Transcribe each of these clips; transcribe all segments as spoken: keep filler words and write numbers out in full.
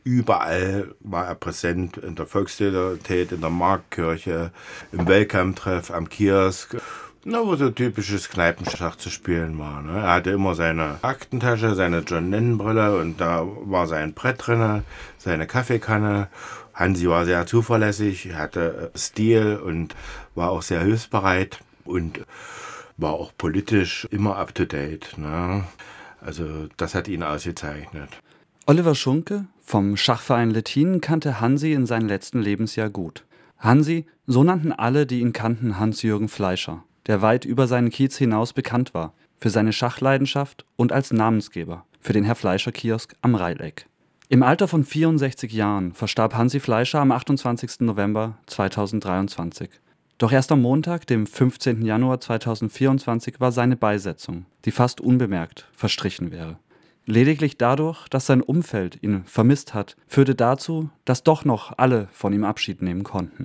Überall war er präsent, in der Volkssolidarität, in der Marktkirche, im Welcome-Treff, am Kiosk. Na, wo so typisches Kneipenschach zu spielen war. Ne? Er hatte immer seine Aktentasche, seine John-Lennon-Brille und da war sein Brett drin, seine Kaffeekanne. Hansi war sehr zuverlässig, hatte Stil und war auch sehr hilfsbereit und war auch politisch immer up-to-date. Ne? Also das hat ihn ausgezeichnet. Oliver Schunke vom Schachverein Lettin kannte Hansi in seinem letzten Lebensjahr gut. Hansi, so nannten alle, die ihn kannten, Hans-Jürgen Fleischer, der weit über seinen Kiez hinaus bekannt war, für seine Schachleidenschaft und als Namensgeber für den Herr-Fleischer-Kiosk am Rheileck. Im Alter von vierundsechzig Jahren verstarb Hansi Fleischer am achtundzwanzigsten November zweitausenddreiundzwanzig. Doch erst am Montag, dem fünfzehnten Januar zweitausendvierundzwanzig, war seine Beisetzung, die fast unbemerkt verstrichen wäre. Lediglich dadurch, dass sein Umfeld ihn vermisst hat, führte dazu, dass doch noch alle von ihm Abschied nehmen konnten.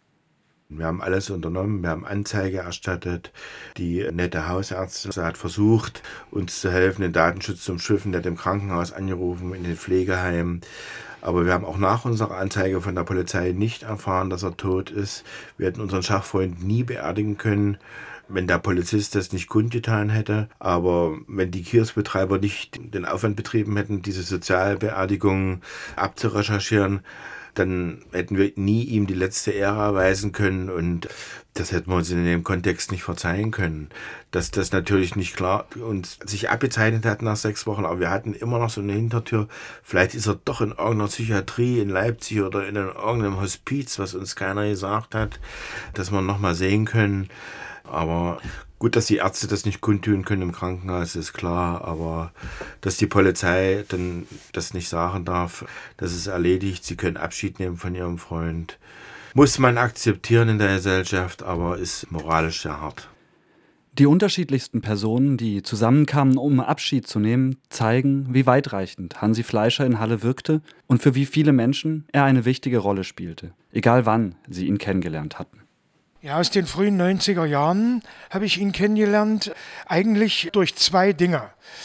Wir haben alles unternommen, wir haben Anzeige erstattet, die nette Hausärztin hat versucht, uns zu helfen, den Datenschutz zu umschiffen, der hat im Krankenhaus angerufen, in den Pflegeheimen. Aber wir haben auch nach unserer Anzeige von der Polizei nicht erfahren, dass er tot ist. Wir hätten unseren Schachfreund nie beerdigen können, wenn der Polizist das nicht kundgetan hätte. Aber wenn die Kioskbetreiber nicht den Aufwand betrieben hätten, diese Sozialbeerdigung abzurecherchieren, dann hätten wir nie ihm die letzte Ehre erweisen können und das hätten wir uns in dem Kontext nicht verzeihen können. Dass das natürlich nicht klar uns sich abgezeichnet hat nach sechs Wochen, aber wir hatten immer noch so eine Hintertür. Vielleicht ist er doch in irgendeiner Psychiatrie in Leipzig oder in irgendeinem Hospiz, was uns keiner gesagt hat, dass wir noch mal sehen können. Aber gut, dass die Ärzte das nicht kundtun können im Krankenhaus, ist klar. Aber dass die Polizei dann das nicht sagen darf, das ist erledigt. Sie können Abschied nehmen von ihrem Freund. Muss man akzeptieren in der Gesellschaft, aber ist moralisch sehr hart. Die unterschiedlichsten Personen, die zusammenkamen, um Abschied zu nehmen, zeigen, wie weitreichend Hansi Fleischer in Halle wirkte und für wie viele Menschen er eine wichtige Rolle spielte, egal wann sie ihn kennengelernt hatten. Ja, aus den frühen neunziger Jahren habe ich ihn kennengelernt, eigentlich durch zwei Dinge.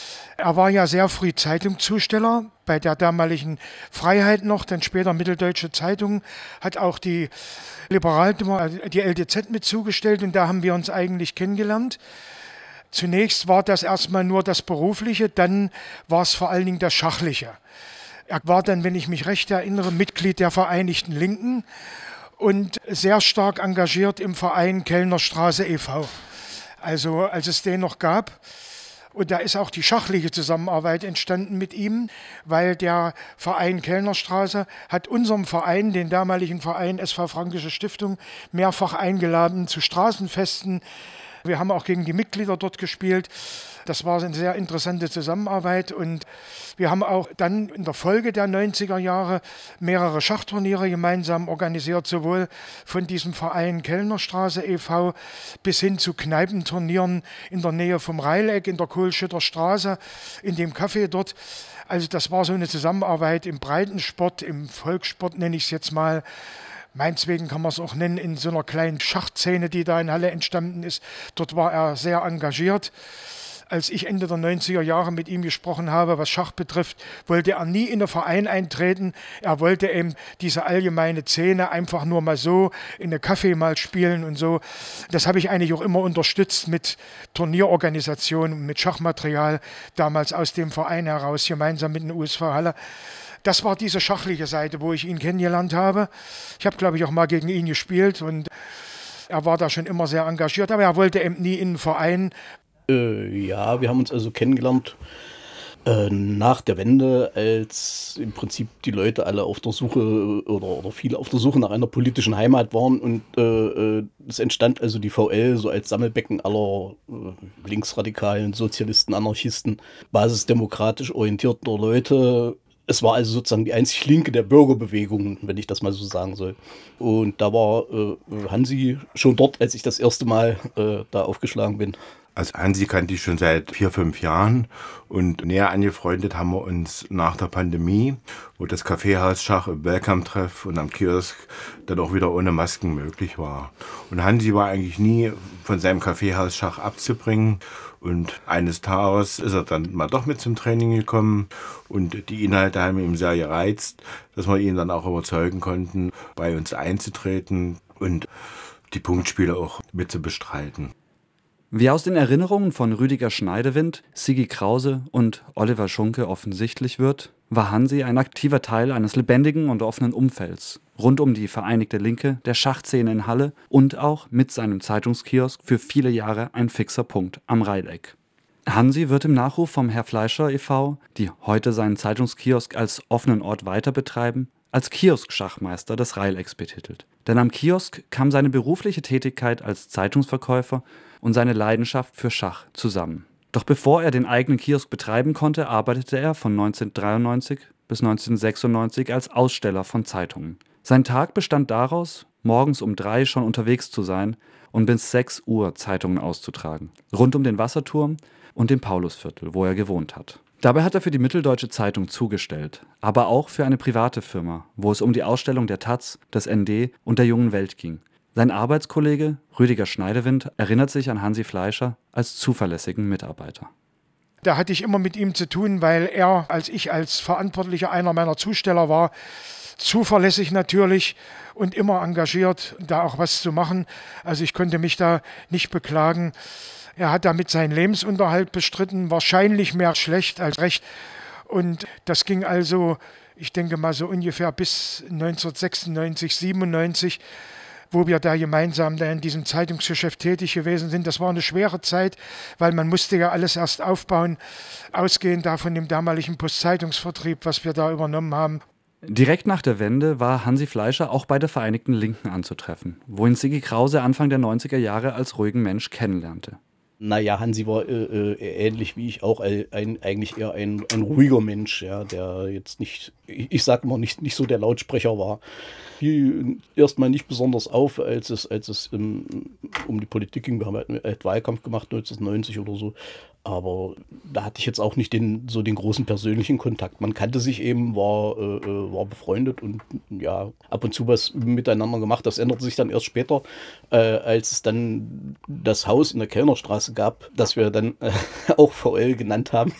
Er war ja sehr früh Zeitungszusteller bei der damaligen Freiheit noch, dann später Mitteldeutsche Zeitung, hat auch die Liberal, die L D Z mit zugestellt und da haben wir uns eigentlich kennengelernt. Zunächst war das erstmal nur das Berufliche, dann war es vor allen Dingen das Schachliche. Er war dann, wenn ich mich recht erinnere, Mitglied der Vereinigten Linken und sehr stark engagiert im Verein Kellnerstraße e V, also als es den noch gab. Und da ist auch die schachliche Zusammenarbeit entstanden mit ihm, weil der Verein Kellnerstraße hat unserem Verein, den damaligen Verein S V Fränkische Stiftung, mehrfach eingeladen zu Straßenfesten. Wir haben auch gegen die Mitglieder dort gespielt. Das war eine sehr interessante Zusammenarbeit und wir haben auch dann in der Folge der neunziger Jahre mehrere Schachturniere gemeinsam organisiert, sowohl von diesem Verein Kellnerstraße e V bis hin zu Kneipenturnieren in der Nähe vom Rheileck, in der Kohlschütter Straße, in dem Café dort. Also das war so eine Zusammenarbeit im Breitensport, im Volkssport nenne ich es jetzt mal. Meinetwegen kann man es auch nennen, in so einer kleinen Schachszene, die da in Halle entstanden ist. Dort war er sehr engagiert. Als ich Ende der neunziger Jahre mit ihm gesprochen habe, was Schach betrifft, wollte er nie in einen Verein eintreten. Er wollte eben diese allgemeine Szene einfach nur mal so in eine Café mal spielen und so. Das habe ich eigentlich auch immer unterstützt mit Turnierorganisationen, mit Schachmaterial, damals aus dem Verein heraus, gemeinsam mit dem U S V Halle. Das war diese schachliche Seite, wo ich ihn kennengelernt habe. Ich habe, glaube ich, auch mal gegen ihn gespielt und er war da schon immer sehr engagiert, aber er wollte eben nie in einen Verein. Äh, ja, wir haben uns also kennengelernt äh, nach der Wende, als im Prinzip die Leute alle auf der Suche oder, oder viele auf der Suche nach einer politischen Heimat waren und äh, es entstand also die V L so als Sammelbecken aller äh, linksradikalen Sozialisten, Anarchisten, basisdemokratisch orientierter Leute. Es war also sozusagen die einzig Linke der Bürgerbewegung, wenn ich das mal so sagen soll. Und da war äh, Hansi schon dort, als ich das erste Mal äh, da aufgeschlagen bin. Also Hansi kannte ich schon seit vier, fünf Jahren und näher angefreundet haben wir uns nach der Pandemie, wo das Kaffeehaus-Schach im Welcome-Treff und am Kiosk dann auch wieder ohne Masken möglich war. Und Hansi war eigentlich nie von seinem Kaffeehaus-Schach abzubringen. Und eines Tages ist er dann mal doch mit zum Training gekommen und die Inhalte haben ihm sehr gereizt, dass wir ihn dann auch überzeugen konnten, bei uns einzutreten und die Punktspiele auch mit zu bestreiten. Wie aus den Erinnerungen von Rüdiger Schneidewind, Sigi Krause und Oliver Schunke offensichtlich wird, war Hansi ein aktiver Teil eines lebendigen und offenen Umfelds rund um die Vereinigte Linke, der Schachszene in Halle und auch mit seinem Zeitungskiosk für viele Jahre ein fixer Punkt am Rheileck. Hansi wird im Nachruf vom Herr Fleischer e V, die heute seinen Zeitungskiosk als offenen Ort weiter betreiben, als Kiosk-Schachmeister des Rheilecks betitelt. Denn am Kiosk kam seine berufliche Tätigkeit als Zeitungsverkäufer und seine Leidenschaft für Schach zusammen. Doch bevor er den eigenen Kiosk betreiben konnte, arbeitete er von neunzehnhundertdreiundneunzig bis neunzehnhundertsechsundneunzig als Aussteller von Zeitungen. Sein Tag bestand daraus, morgens um drei schon unterwegs zu sein und bis sechs Uhr Zeitungen auszutragen, rund um den Wasserturm und dem Paulusviertel, wo er gewohnt hat. Dabei hat er für die Mitteldeutsche Zeitung zugestellt, aber auch für eine private Firma, wo es um die Ausstellung der Taz, des N D und der Jungen Welt ging. Sein Arbeitskollege Rüdiger Schneidewind erinnert sich an Hansi Fleischer als zuverlässigen Mitarbeiter. Da hatte ich immer mit ihm zu tun, weil er, als ich als Verantwortlicher einer meiner Zusteller war, zuverlässig natürlich und immer engagiert, da auch was zu machen. Also ich konnte mich da nicht beklagen. Er hat damit seinen Lebensunterhalt bestritten, wahrscheinlich mehr schlecht als recht. Und das ging also, ich denke mal so ungefähr bis neunzehnhundertsechsundneunzig, siebenundneunzig, wo wir da gemeinsam da in diesem Zeitungsgeschäft tätig gewesen sind. Das war eine schwere Zeit, weil man musste ja alles erst aufbauen, ausgehend da von dem damaligen Postzeitungsvertrieb, was wir da übernommen haben. Direkt nach der Wende war Hansi Fleischer auch bei der Vereinigten Linken anzutreffen, wo ihn Sigi Krause Anfang der neunziger Jahre als ruhigen Mensch kennenlernte. Naja, Hansi war äh, äh, ähnlich wie ich auch ein, ein, eigentlich eher ein, ein ruhiger Mensch, ja, der jetzt nicht, ich, ich sag mal, nicht, nicht so der Lautsprecher war. Fiel erstmal nicht besonders auf, als es, als es um, um die Politik ging. Wir haben halt, halt Wahlkampf gemacht, neunzehnhundertneunzig oder so. Aber da hatte ich jetzt auch nicht den, so den großen persönlichen Kontakt. Man kannte sich eben, war, äh, war befreundet und ja, ab und zu was miteinander gemacht. Das änderte sich dann erst später, äh, als es dann das Haus in der Kellnerstraße gab, das wir dann äh, auch V L genannt haben.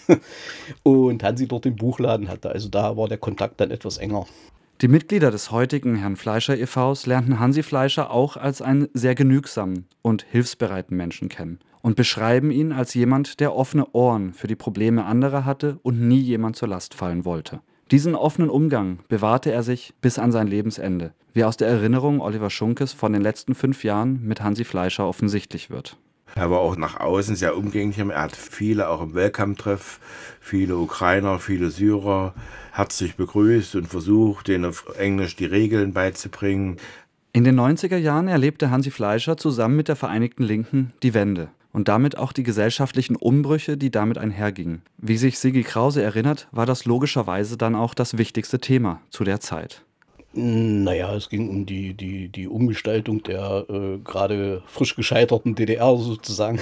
Und Hansi dort den Buchladen hatte. Also da war der Kontakt dann etwas enger. Die Mitglieder des heutigen Herrn Fleischer e Vs lernten Hansi Fleischer auch als einen sehr genügsamen und hilfsbereiten Menschen kennen und beschreiben ihn als jemand, der offene Ohren für die Probleme anderer hatte und nie jemand zur Last fallen wollte. Diesen offenen Umgang bewahrte er sich bis an sein Lebensende, wie aus der Erinnerung Oliver Schunkes von den letzten fünf Jahren mit Hansi Fleischer offensichtlich wird. Er war auch nach außen sehr umgänglich. Er hat viele auch im Welcome-Treff, viele Ukrainer, viele Syrer herzlich begrüßt und versucht, denen auf Englisch die Regeln beizubringen. In den neunziger Jahren erlebte Hansi Fleischer zusammen mit der Vereinigten Linken die Wende und damit auch die gesellschaftlichen Umbrüche, die damit einhergingen. Wie sich Sigi Krause erinnert, war das logischerweise dann auch das wichtigste Thema zu der Zeit. Naja, es ging um die, die, die Umgestaltung der äh, gerade frisch gescheiterten D D R sozusagen.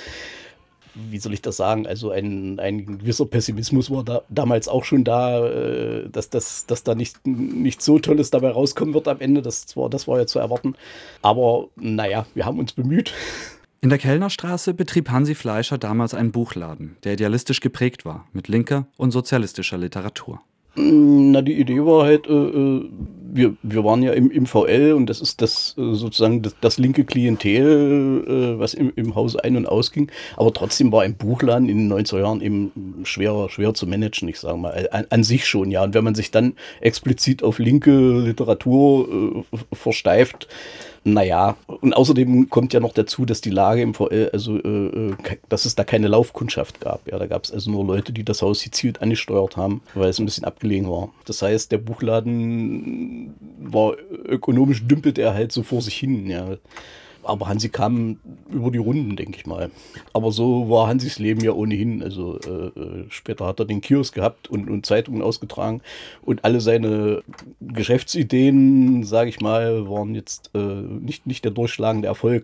Wie soll ich das sagen? Also ein, ein gewisser Pessimismus war da damals auch schon da, äh, dass, dass, dass da nicht, nicht so Tolles dabei rauskommen wird am Ende. Das war, das war ja zu erwarten. Aber naja, wir haben uns bemüht. In der Kellnerstraße betrieb Hansi Fleischer damals einen Buchladen, der idealistisch geprägt war, mit linker und sozialistischer Literatur. Na, die Idee war halt, äh, wir, wir waren ja im, im V L und das ist das äh, sozusagen das, das linke Klientel, äh, was im, im Haus ein- und ausging. Aber trotzdem war ein Buchladen in den neunziger Jahren eben schwer, schwer zu managen, ich sage mal, an, an sich schon, ja. Und wenn man sich dann explizit auf linke Literatur äh, versteift, naja, und außerdem kommt ja noch dazu, dass die Lage im V L, also äh, dass es da keine Laufkundschaft gab. Ja, da gab es also nur Leute, die das Haus gezielt angesteuert haben, weil es ein bisschen abgelegen war. Das heißt, der Buchladen war ökonomisch, dümpelt er halt so vor sich hin. Ja. Aber Hansi kam über die Runden, denke ich mal. Aber so war Hansis Leben ja ohnehin. Also äh, später hat er den Kiosk gehabt und, und Zeitungen ausgetragen. Und alle seine Geschäftsideen, sage ich mal, waren jetzt äh, nicht, nicht der durchschlagende Erfolg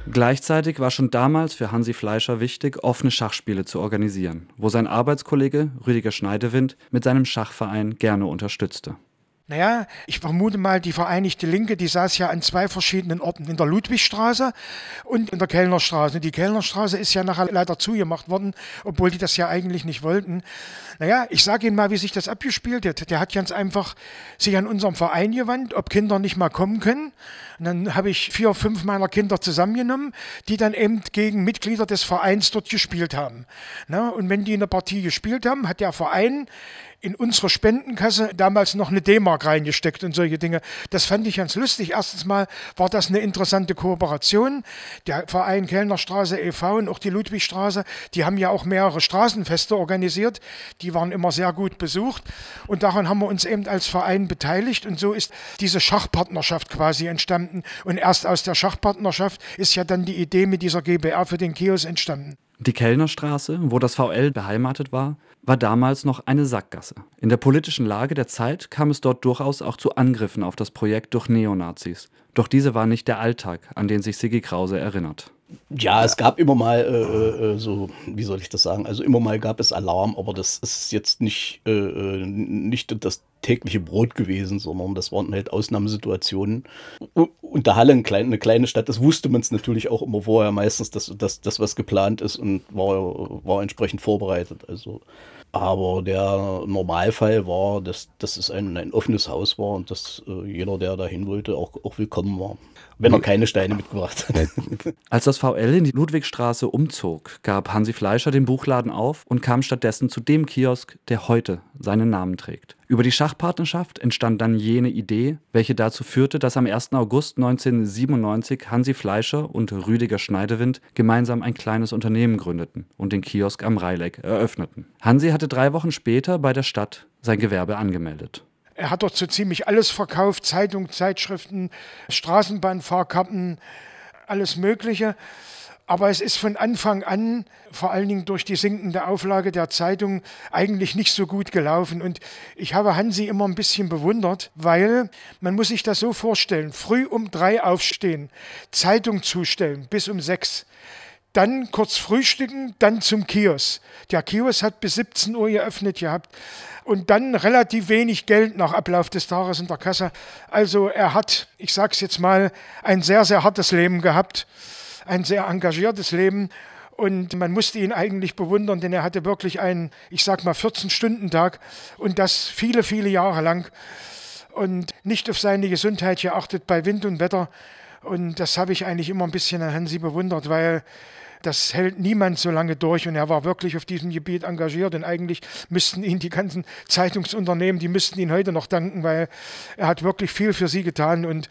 Gleichzeitig war schon damals für Hansi Fleischer wichtig, offene Schachspiele zu organisieren, wo sein Arbeitskollege Rüdiger Schneidewind mit seinem Schachverein gerne unterstützte. Naja, ich vermute mal, die Vereinigte Linke, die saß ja an zwei verschiedenen Orten, in der Ludwigstraße und in der Kellnerstraße. Die Kellnerstraße ist ja nachher leider zugemacht worden, obwohl die das ja eigentlich nicht wollten. Naja, ich sage Ihnen mal, wie sich das abgespielt hat. Der hat ganz einfach sich an unserem Verein gewandt, ob Kinder nicht mal kommen können. Und dann habe ich vier, fünf meiner Kinder zusammengenommen, die dann eben gegen Mitglieder des Vereins dort gespielt haben. Na, und wenn die eine Partie gespielt haben, hat der Verein in unsere Spendenkasse damals noch eine D-Mark reingesteckt und solche Dinge. Das fand ich ganz lustig. Erstens mal war das eine interessante Kooperation. Der Verein Kellnerstraße e V und auch die Ludwigstraße, die haben ja auch mehrere Straßenfeste organisiert. Die waren immer sehr gut besucht. Und daran haben wir uns eben als Verein beteiligt. Und so ist diese Schachpartnerschaft quasi entstanden. Und erst aus der Schachpartnerschaft ist ja dann die Idee mit dieser GbR für den Kiosk entstanden. Die Kellnerstraße, wo das V L beheimatet war, war damals noch eine Sackgasse. In der politischen Lage der Zeit kam es dort durchaus auch zu Angriffen auf das Projekt durch Neonazis. Doch diese war nicht der Alltag, an den sich Sigi Krause erinnert. Ja, es gab immer mal äh, äh, so, wie soll ich das sagen, also immer mal gab es Alarm, aber das ist jetzt nicht, äh, nicht das tägliche Brot gewesen, sondern das waren halt Ausnahmesituationen. Und der Halle, eine kleine, eine kleine Stadt, das wusste man es natürlich auch immer vorher meistens, dass, dass, dass was geplant ist und war, war entsprechend vorbereitet. Also, aber der Normalfall war, dass, dass es ein, ein offenes Haus war und dass äh, jeder, der dahin wollte, auch, auch willkommen war. Wenn er keine Steine mitgebracht hat. Als das V L in die Ludwigstraße umzog, gab Hansi Fleischer den Buchladen auf und kam stattdessen zu dem Kiosk, der heute seinen Namen trägt. Über die Schachpartnerschaft entstand dann jene Idee, welche dazu führte, dass am ersten August neunzehnhundertsiebenundneunzig Hansi Fleischer und Rüdiger Schneidewind gemeinsam ein kleines Unternehmen gründeten und den Kiosk am Reileck eröffneten. Hansi hatte drei Wochen später bei der Stadt sein Gewerbe angemeldet. Er hat dort so ziemlich alles verkauft, Zeitungen, Zeitschriften, Straßenbahnfahrkarten, alles Mögliche. Aber es ist von Anfang an, vor allen Dingen durch die sinkende Auflage der Zeitung, eigentlich nicht so gut gelaufen. Und ich habe Hansi immer ein bisschen bewundert, weil man muss sich das so vorstellen, früh um drei aufstehen, Zeitung zustellen bis um sechs. Dann kurz frühstücken, dann zum Kiosk. Der Kiosk hat bis siebzehn Uhr geöffnet gehabt. Und dann relativ wenig Geld nach Ablauf des Tages in der Kasse. Also er hat, ich sage es jetzt mal, ein sehr, sehr hartes Leben gehabt, ein sehr engagiertes Leben. Und man musste ihn eigentlich bewundern, denn er hatte wirklich einen, ich sag mal, vierzehn-Stunden-Tag und das viele, viele Jahre lang. Und nicht auf seine Gesundheit geachtet bei Wind und Wetter. Und das habe ich eigentlich immer ein bisschen an Hansi bewundert, weil das hält niemand so lange durch und er war wirklich auf diesem Gebiet engagiert und eigentlich müssten ihn die ganzen Zeitungsunternehmen, die müssten ihn heute noch danken, weil er hat wirklich viel für sie getan und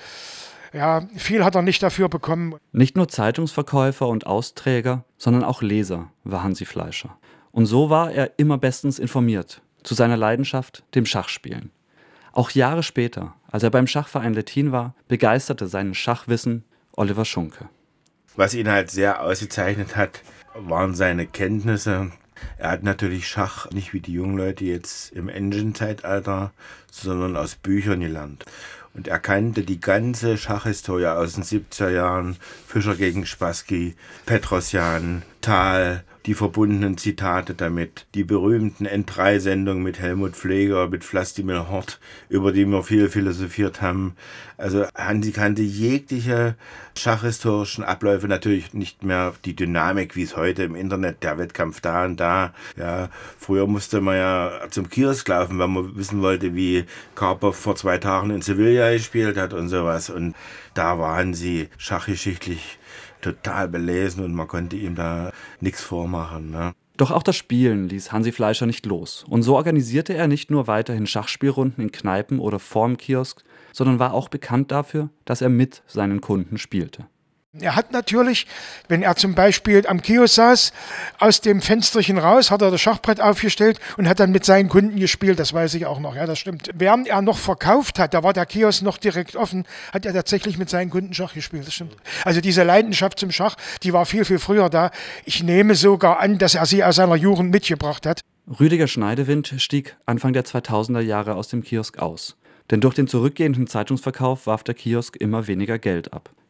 ja, viel hat er nicht dafür bekommen. Nicht nur Zeitungsverkäufer und Austräger, sondern auch Leser war Hansi Fleischer. Und so war er immer bestens informiert zu seiner Leidenschaft, dem Schachspielen. Auch Jahre später, als er beim Schachverein Lettin war, begeisterte sein Schachwissen Oliver Schunke. Was ihn halt sehr ausgezeichnet hat, waren seine Kenntnisse. Er hat natürlich Schach nicht wie die jungen Leute jetzt im Engine-Zeitalter, sondern aus Büchern gelernt. Und er kannte die ganze Schachhistorie aus den siebziger Jahren, Fischer gegen Spassky, Petrosjan, Thal, die verbundenen Zitate damit, die berühmten N drei Sendungen mit Helmut Pfleger, mit Wladimir Hort, über die wir viel philosophiert haben. Also Hansi kannte jegliche schachhistorischen Abläufe, natürlich nicht mehr die Dynamik, wie es heute im Internet, der Wettkampf da und da. Ja, früher musste man ja zum Kiosk laufen, wenn man wissen wollte, wie Karpov vor zwei Tagen in Sevilla gespielt hat und sowas. Und da war Hansi schachgeschichtlich total belesen und man konnte ihm da nichts vormachen. Ne? Doch auch das Spielen ließ Hansi Fleischer nicht los. Und so organisierte er nicht nur weiterhin Schachspielrunden in Kneipen oder vorm Kiosk, sondern war auch bekannt dafür, dass er mit seinen Kunden spielte. Er hat natürlich, wenn er zum Beispiel am Kiosk saß, aus dem Fensterchen raus, hat er das Schachbrett aufgestellt und hat dann mit seinen Kunden gespielt, das weiß ich auch noch, ja, das stimmt. Während er noch verkauft hat, da war der Kiosk noch direkt offen, hat er tatsächlich mit seinen Kunden Schach gespielt, das stimmt. Also diese Leidenschaft zum Schach, die war viel, viel früher da. Ich nehme sogar an, dass er sie aus seiner Jugend mitgebracht hat. Rüdiger Schneidewind stieg Anfang der zweitausender Jahre aus dem Kiosk aus. Denn durch den zurückgehenden Zeitungsverkauf warf der Kiosk immer weniger Geld ab.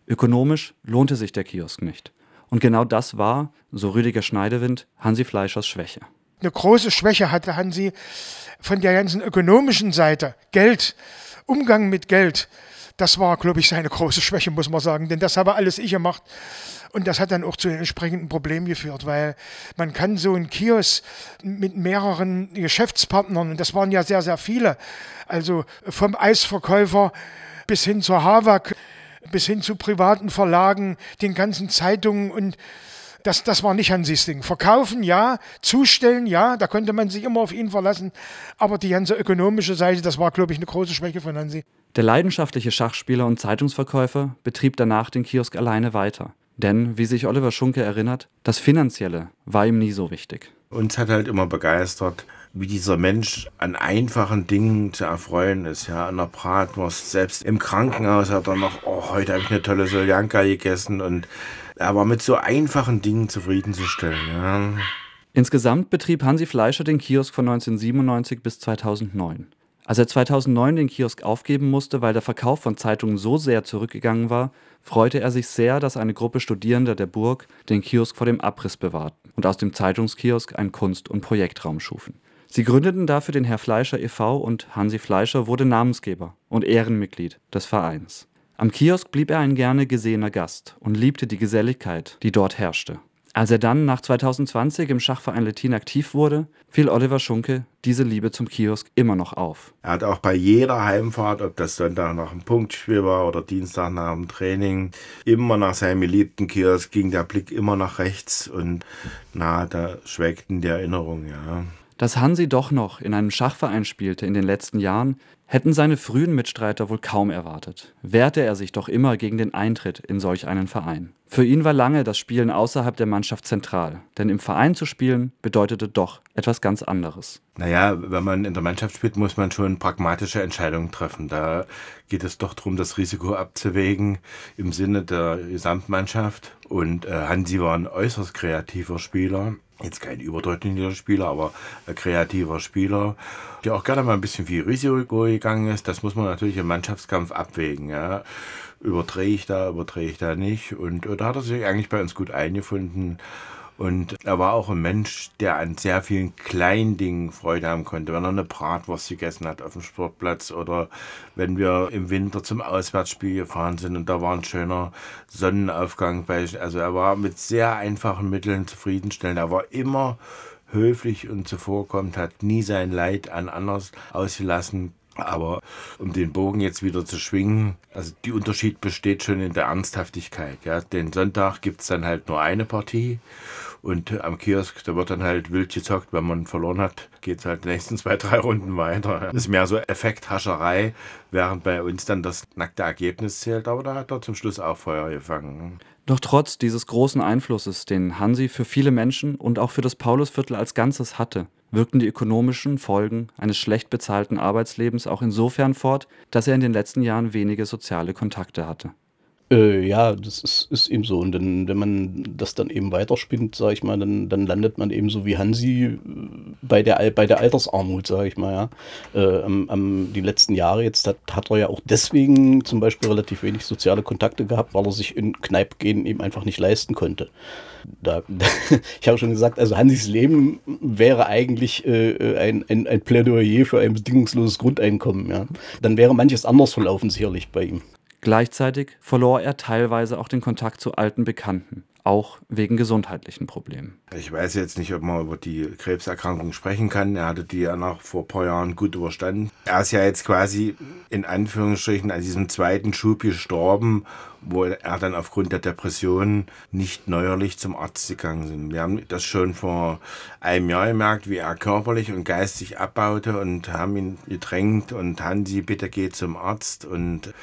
Ökonomisch lohnte sich der Kiosk nicht. Und genau das war, so Rüdiger Schneidewind, Hansi Fleischers Schwäche. Eine große Schwäche hatte Hansi von der ganzen ökonomischen Seite. Geld, Umgang mit Geld, das war, glaube ich, seine große Schwäche, muss man sagen. Denn das habe alles ich gemacht. Und das hat dann auch zu den entsprechenden Problemen geführt, weil man kann so einen Kiosk mit mehreren Geschäftspartnern, und das waren ja sehr, sehr viele, also vom Eisverkäufer bis hin zur Havak, bis hin zu privaten Verlagen, den ganzen Zeitungen, und das, das war nicht Hansis Ding. Verkaufen, ja, zustellen, ja, da konnte man sich immer auf ihn verlassen, aber die ganze ökonomische Seite, das war, glaube ich, eine große Schwäche von Hansi. Der leidenschaftliche Schachspieler und Zeitungsverkäufer betrieb danach den Kiosk alleine weiter. Denn, wie sich Oliver Schunke erinnert, das Finanzielle war ihm nie so wichtig. Uns hat halt immer begeistert, wie dieser Mensch an einfachen Dingen zu erfreuen ist. Ja, an der Bratwurst, selbst im Krankenhaus hat er noch, oh, heute habe ich eine tolle Soljanka gegessen, und er war mit so einfachen Dingen zufriedenzustellen. Ja. Insgesamt betrieb Hansi Fleischer den Kiosk von neunzehnhundertsiebenundneunzig bis zweitausendneun. Als er zweitausendneun den Kiosk aufgeben musste, weil der Verkauf von Zeitungen so sehr zurückgegangen war, freute er sich sehr, dass eine Gruppe Studierender der Burg den Kiosk vor dem Abriss bewahrten und aus dem Zeitungskiosk einen Kunst- und Projektraum schufen. Sie gründeten dafür den Herr Fleischer e V und Hansi Fleischer wurde Namensgeber und Ehrenmitglied des Vereins. Am Kiosk blieb er ein gerne gesehener Gast und liebte die Geselligkeit, die dort herrschte. Als er dann nach zweitausendzwanzig im Schachverein Lettin aktiv wurde, fiel Oliver Schunke diese Liebe zum Kiosk immer noch auf. Er hat auch bei jeder Heimfahrt, ob das Sonntag nach dem Punktspiel war oder Dienstag nach dem Training, immer nach seinem geliebten Kiosk ging der Blick immer nach rechts, und na, da schwelgten die Erinnerungen, ja. Dass Hansi doch noch in einem Schachverein spielte in den letzten Jahren, hätten seine frühen Mitstreiter wohl kaum erwartet. Wehrte er sich doch immer gegen den Eintritt in solch einen Verein. Für ihn war lange das Spielen außerhalb der Mannschaft zentral, denn im Verein zu spielen bedeutete doch etwas ganz anderes. Naja, wenn man in der Mannschaft spielt, muss man schon pragmatische Entscheidungen treffen. Da geht es doch darum, das Risiko abzuwägen im Sinne der Gesamtmannschaft. Und äh, Hansi war ein äußerst kreativer Spieler. Jetzt kein überdurchschnittlicher Spieler, aber ein kreativer Spieler, der auch gerne mal ein bisschen viel Risiko gegangen ist. Das muss man natürlich im Mannschaftskampf abwägen. Ja. Überdrehe ich da, überdrehe ich da nicht? Und da hat er sich eigentlich bei uns gut eingefunden. Und er war auch ein Mensch, der an sehr vielen kleinen Dingen Freude haben konnte. Wenn er eine Bratwurst gegessen hat auf dem Sportplatz oder wenn wir im Winter zum Auswärtsspiel gefahren sind und da war ein schöner Sonnenaufgang. Bei, also er war mit sehr einfachen Mitteln zufriedenstellend. Er war immer höflich und zuvorkommend, hat nie sein Leid an anders ausgelassen. Aber um den Bogen jetzt wieder zu schwingen, also der Unterschied besteht schon in der Ernsthaftigkeit. Ja. Den Sonntag gibt es dann halt nur eine Partie, und am Kiosk, da wird dann halt wild gezockt. Wenn man verloren hat, geht es halt die nächsten zwei, drei Runden weiter. Das ist mehr so Effekthascherei, während bei uns dann das nackte Ergebnis zählt. Aber da hat er zum Schluss auch Feuer gefangen. Doch trotz dieses großen Einflusses, den Hansi für viele Menschen und auch für das Paulusviertel als Ganzes hatte, wirkten die ökonomischen Folgen eines schlecht bezahlten Arbeitslebens auch insofern fort, dass er in den letzten Jahren wenige soziale Kontakte hatte. Äh, ja, das ist, ist eben so. Und dann, wenn man das dann eben weiterspinnt, sag ich mal, dann, dann landet man eben so wie Hansi bei der, bei der Altersarmut, sag ich mal, ja. Äh, am, am, die letzten Jahre jetzt hat, hat er ja auch deswegen zum Beispiel relativ wenig soziale Kontakte gehabt, weil er sich in Kneipe gehen eben einfach nicht leisten konnte. Da, ich habe schon gesagt, also Hansis Leben wäre eigentlich äh, ein, ein, ein Plädoyer für ein bedingungsloses Grundeinkommen, ja. Dann wäre manches anders verlaufen sicherlich bei ihm. Gleichzeitig verlor er teilweise auch den Kontakt zu alten Bekannten, auch wegen gesundheitlichen Problemen. Ich weiß jetzt nicht, ob man über die Krebserkrankung sprechen kann. Er hatte die ja noch vor ein paar Jahren gut überstanden. Er ist ja jetzt quasi in Anführungsstrichen an diesem zweiten Schub gestorben, wo er dann aufgrund der Depression nicht neuerlich zum Arzt gegangen ist. Wir haben das schon vor einem Jahr gemerkt, wie er körperlich und geistig abbaute, und haben ihn gedrängt und Hansi, bitte geh zum Arzt. Und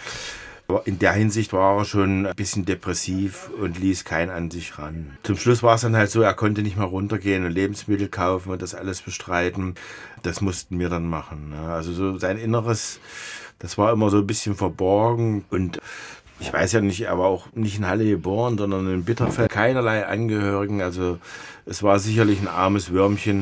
in der Hinsicht war er schon ein bisschen depressiv und ließ keinen an sich ran. Zum Schluss war es dann halt so, er konnte nicht mehr runtergehen und Lebensmittel kaufen und das alles bestreiten. Das mussten wir dann machen. Also so sein Inneres, das war immer so ein bisschen verborgen. Und ich weiß ja nicht, er war auch nicht in Halle geboren, sondern in Bitterfeld. Keinerlei Angehörigen. Also es war sicherlich ein armes Würmchen,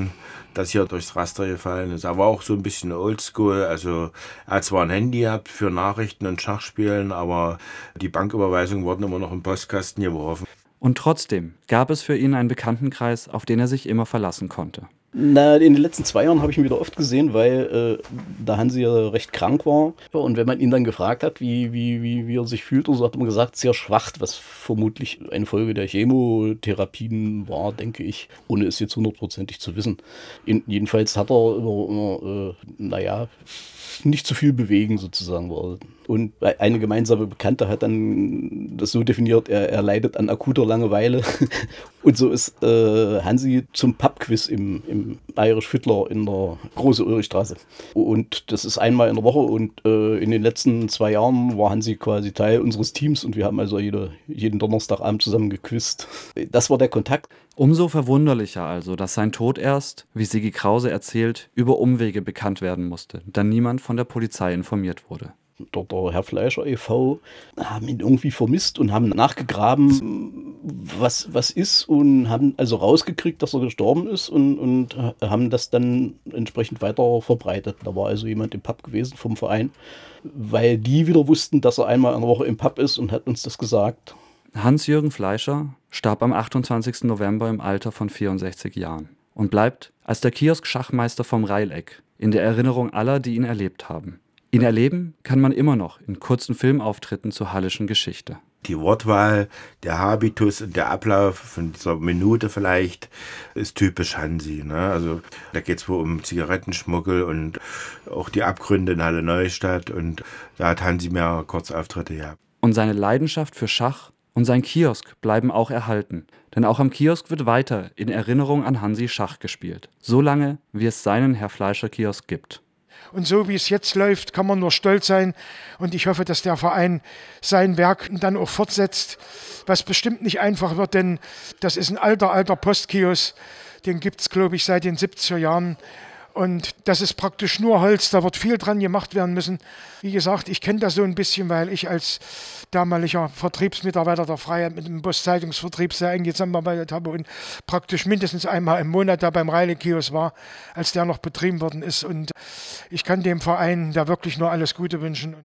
das hier durchs Raster gefallen ist. Er war auch so ein bisschen oldschool. Also er hat zwar ein Handy gehabt für Nachrichten und Schachspielen, aber die Banküberweisungen wurden immer noch im Postkasten geworfen. Und trotzdem gab es für ihn einen Bekanntenkreis, auf den er sich immer verlassen konnte. Na, in den letzten zwei Jahren habe ich ihn wieder oft gesehen, weil äh, da Hansi ja recht krank war. Und wenn man ihn dann gefragt hat, wie, wie, wie, wie er sich fühlt, so hat er gesagt, sehr schwach, was vermutlich eine Folge der Chemotherapien war, denke ich, ohne es jetzt hundertprozentig zu wissen. In, jedenfalls hat er immer, immer äh, naja, nicht zu viel bewegen sozusagen war. Und eine gemeinsame Bekannte hat dann das so definiert, er, er leidet an akuter Langeweile. Und so ist äh, Hansi zum Pubquiz im, im Irish Fiddler in der Große Ulrichstraße. Und das ist einmal in der Woche und äh, in den letzten zwei Jahren war Hansi quasi Teil unseres Teams und wir haben also jede, jeden Donnerstagabend zusammen gequizt. Das war der Kontakt. Umso verwunderlicher also, dass sein Tod erst, wie Sigi Krause erzählt, über Umwege bekannt werden musste, da niemand von der Polizei informiert wurde. Der, der Herr Fleischer e V haben ihn irgendwie vermisst und haben nachgegraben, was, was ist und haben also rausgekriegt, dass er gestorben ist und, und haben das dann entsprechend weiter verbreitet. Da war also jemand im Pub gewesen vom Verein, weil die wieder wussten, dass er einmal in der Woche im Pub ist und hat uns das gesagt. Hans-Jürgen Fleischer starb am achtundzwanzigsten November im Alter von vierundsechzig Jahren und bleibt als der Kiosk-Schachmeister vom Reileck in der Erinnerung aller, die ihn erlebt haben. Ihn erleben kann man immer noch in kurzen Filmauftritten zur Hallischen Geschichte. Die Wortwahl, der Habitus und der Ablauf von dieser Minute vielleicht ist typisch Hansi. Ne? Also da geht es wohl um Zigarettenschmuggel und auch die Abgründe in Halle Neustadt und da hat Hansi mehr Kurzauftritte gehabt. Und seine Leidenschaft für Schach und sein Kiosk bleiben auch erhalten. Denn auch am Kiosk wird weiter in Erinnerung an Hansi Schach gespielt. So lange, wie es seinen Herr Fleischer Kiosk gibt. Und so wie es jetzt läuft, kann man nur stolz sein. Und ich hoffe, dass der Verein sein Werk dann auch fortsetzt, was bestimmt nicht einfach wird, denn das ist ein alter, alter Postkiosk. Den gibt es, glaube ich, seit den siebziger Jahren. Und das ist praktisch nur Holz, da wird viel dran gemacht werden müssen. Wie gesagt, ich kenne das so ein bisschen, weil ich als damaliger Vertriebsmitarbeiter der Freiheit mit dem Postzeitungsvertrieb sehr eng zusammengearbeitet habe und praktisch mindestens einmal im Monat da beim Reile-Kiosk war, als der noch betrieben worden ist. Und ich kann dem Verein da wirklich nur alles Gute wünschen.